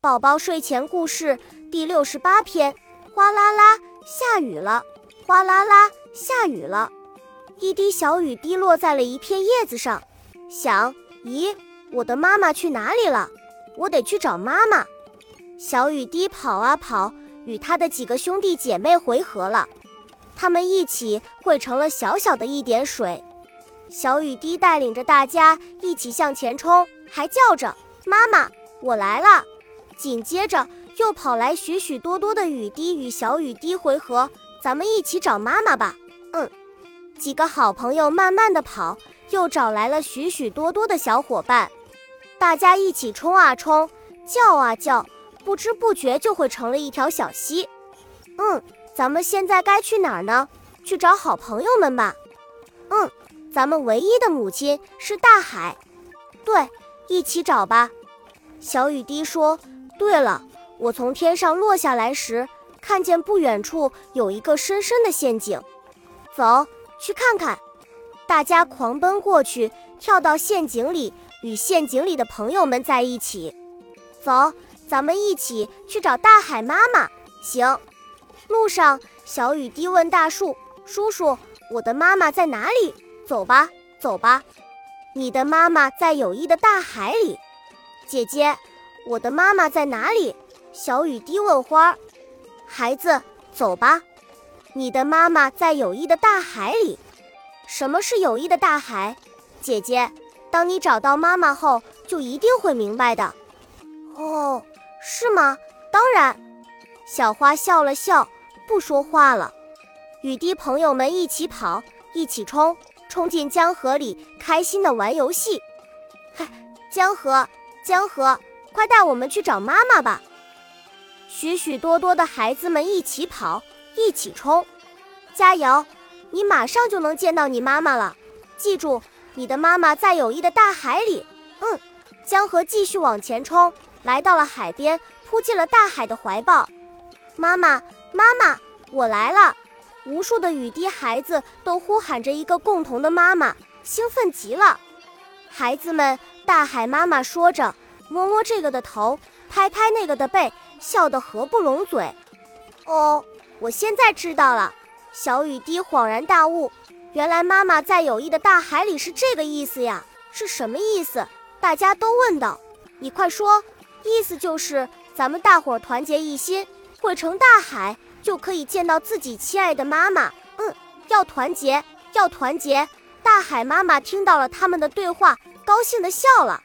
宝宝睡前故事第68篇，哗啦啦，下雨了，哗啦啦，下雨了。一滴小雨滴落在了一片叶子上，想，咦，我的妈妈去哪里了？我得去找妈妈。小雨滴跑啊跑，与他的几个兄弟姐妹汇合了，他们一起汇成了小小的一点水。小雨滴带领着大家一起向前冲，还叫着妈妈，我来了。紧接着又跑来许许多多的雨滴与小雨滴汇合，咱们一起找妈妈吧。几个好朋友慢慢地跑，又找来了许许多多的小伙伴，大家一起冲啊冲，叫啊叫，不知不觉就会成了一条小溪。咱们现在该去哪儿呢？去找好朋友们吧。咱们唯一的母亲是大海。对，一起找吧。小雨滴说，对了，我从天上落下来时，看见不远处有一个深深的陷阱，走，去看看。大家狂奔过去，跳到陷阱里，与陷阱里的朋友们在一起。走，咱们一起去找大海妈妈。行。路上，小雨滴问大树，叔叔，我的妈妈在哪里？走吧，走吧。你的妈妈在友谊的大海里。姐姐，我的妈妈在哪里？小雨滴问花。孩子，走吧。你的妈妈在友谊的大海里。什么是友谊的大海？姐姐，当你找到妈妈后，就一定会明白的。哦，是吗？当然。小花笑了笑，不说话了。雨滴朋友们一起跑，一起冲，冲进江河里，开心地玩游戏。江河，江河，快带我们去找妈妈吧。许许多多的孩子们一起跑，一起冲。加油，你马上就能见到你妈妈了。记住，你的妈妈在友谊的大海里。江河继续往前冲，来到了海边，扑进了大海的怀抱。妈妈，妈妈，我来了。无数的雨滴孩子都呼喊着一个共同的妈妈，兴奋极了。孩子们，大海妈妈说着，摸摸这个的头，拍拍那个的背，笑得合不拢嘴。哦，我现在知道了。小雨滴恍然大悟，原来妈妈在友谊的大海里是这个意思呀。是什么意思？大家都问道。你快说。意思就是咱们大伙儿团结一心，汇成大海，就可以见到自己亲爱的妈妈。要团结，要团结。大海妈妈听到了他们的对话，高兴地笑了。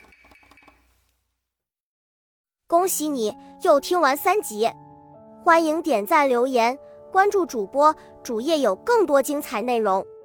恭喜你又听完3集，欢迎点赞留言，关注主播，主页有更多精彩内容。